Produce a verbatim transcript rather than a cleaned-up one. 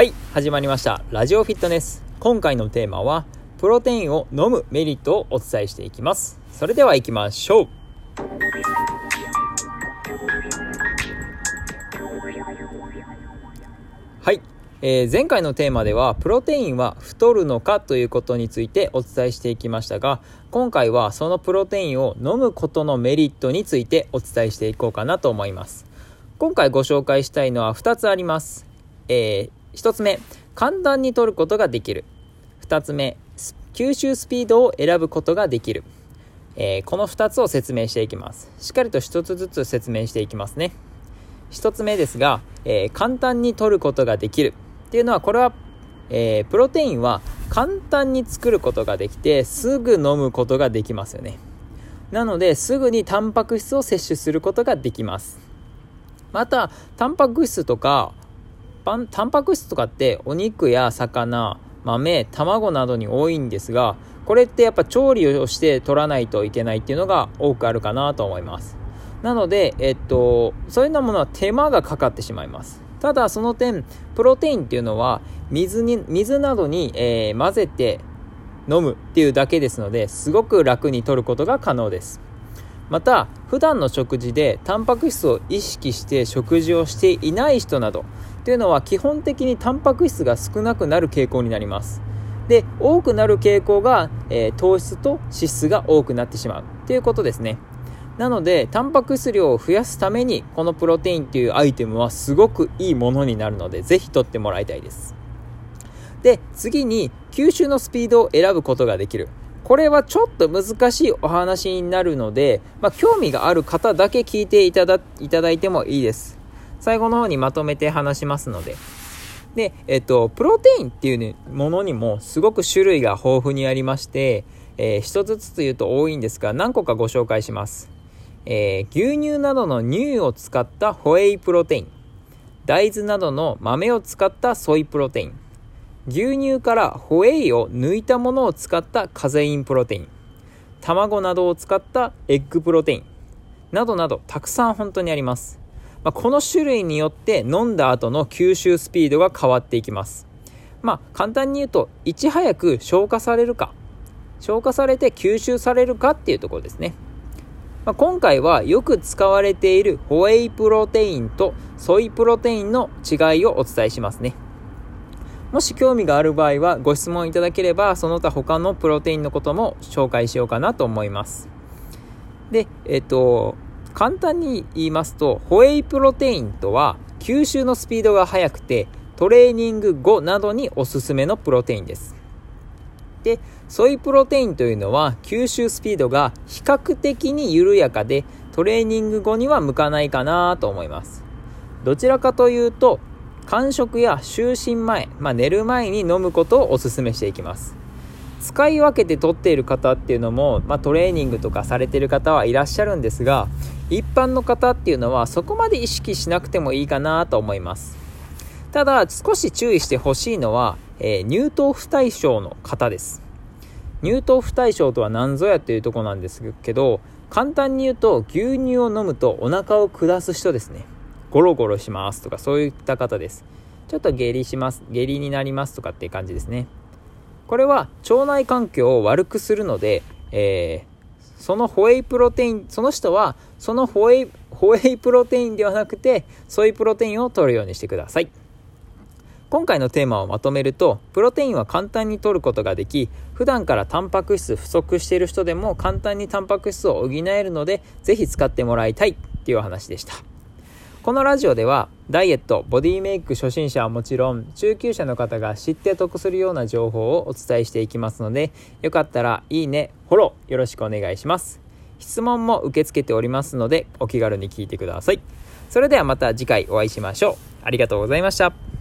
はい、始まりましたラジオフィットネス。今回のテーマはプロテインを飲むメリットをお伝えしていきます。それでは行きましょう。はい、えー、前回のテーマではプロテインは太るのかということについてお伝えしていきましたが、今回はそのプロテインを飲むことのメリットについてお伝えしていこうかなと思います。今回ご紹介したいのはふたつあります。えー、ひとつめ、簡単に摂ることができる。ふたつめ、吸収スピードを選ぶことができる。えー、このふたつを説明していきます。しっかりとひとつずつ説明していきますね。ひとつめですが、えー、簡単に摂ることができるっていうのは、これは、えー、プロテインは簡単に作ることができてすぐ飲むことができますよね。なのですぐにタンパク質を摂取することができます。またタンパク質とかタンパク質とかってお肉や魚、豆、卵などに多いんですが、これってやっぱ調理をして取らないといけないっていうのが多くあるかなと思います。なので、えっと、そういうようなものは手間がかかってしまいます。ただその点、プロテインっていうのは水に水などに、えー、混ぜて飲むっていうだけですので、すごく楽に摂ることが可能です。また普段の食事でタンパク質を意識して食事をしていない人などというのは、基本的にタンパク質が少なくなる傾向になります。で、多くなる傾向が、えー、糖質と脂質が多くなってしまうということですね。なのでタンパク質量を増やすために、このプロテインというアイテムはすごくいいものになるので、ぜひ取ってもらいたいです。で、次に吸収のスピードを選ぶことができる。これはちょっと難しいお話になるので、まあ、興味がある方だけ聞いていただ、いただいてもいいです。最後の方にまとめて話しますので。で、えっと、プロテインっていう、ね、ものにもすごく種類が豊富にありまして、えー、一つずつ言うと多いんですが、何個かご紹介します。えー、牛乳などの乳を使ったホエイプロテイン、大豆などの豆を使ったソイプロテイン、牛乳からホエイを抜いたものを使ったカゼインプロテイン、卵などを使ったエッグプロテインなどなど、たくさん本当にあります。まあ、この種類によって飲んだ後の吸収スピードが変わっていきます。まあ、簡単に言うと、いち早く消化されるか、消化されて吸収されるかっていうところですね。まあ、今回はよく使われているホエイプロテインとソイプロテインの違いをお伝えしますね。もし興味がある場合はご質問いただければ、その他他のプロテインのことも紹介しようかなと思います。で、えっと簡単に言いますと、ホエイプロテインとは吸収のスピードが速くてトレーニング後などにおすすめのプロテインです。で、ソイプロテインというのは吸収スピードが比較的に緩やかで、トレーニング後には向かないかなと思います。どちらかというと、間食や就寝前、まあ、寝る前に飲むことをお勧めしていきます。使い分けて取っている方っていうのも、まあ、トレーニングとかされている方はいらっしゃるんですが、一般の方っていうのはそこまで意識しなくてもいいかなと思います。ただ少し注意してほしいのは、えー、乳糖不対症の方です。乳糖不対症とは何ぞやっていうところなんですけど、簡単に言うと、牛乳を飲むとお腹を下す人ですね。ゴロゴロしますとか、そういった方です。ちょっと下痢します下痢になりますとかっていう感じですね。これは腸内環境を悪くするので、えー、そのホエイプロテインその人はそのホエイ、ホエイプロテインではなくてソイプロテインを摂るようにしてください。今回のテーマをまとめると、プロテインは簡単に摂ることができ、普段からタンパク質不足している人でも簡単にタンパク質を補えるので、ぜひ使ってもらいたいっていうお話でした。このラジオではダイエット、ボディメイク初心者はもちろん、中級者の方が知って得するような情報をお伝えしていきますので、よかったらいいね、フォローよろしくお願いします。質問も受け付けておりますので、お気軽に聞いてください。それではまた次回お会いしましょう。ありがとうございました。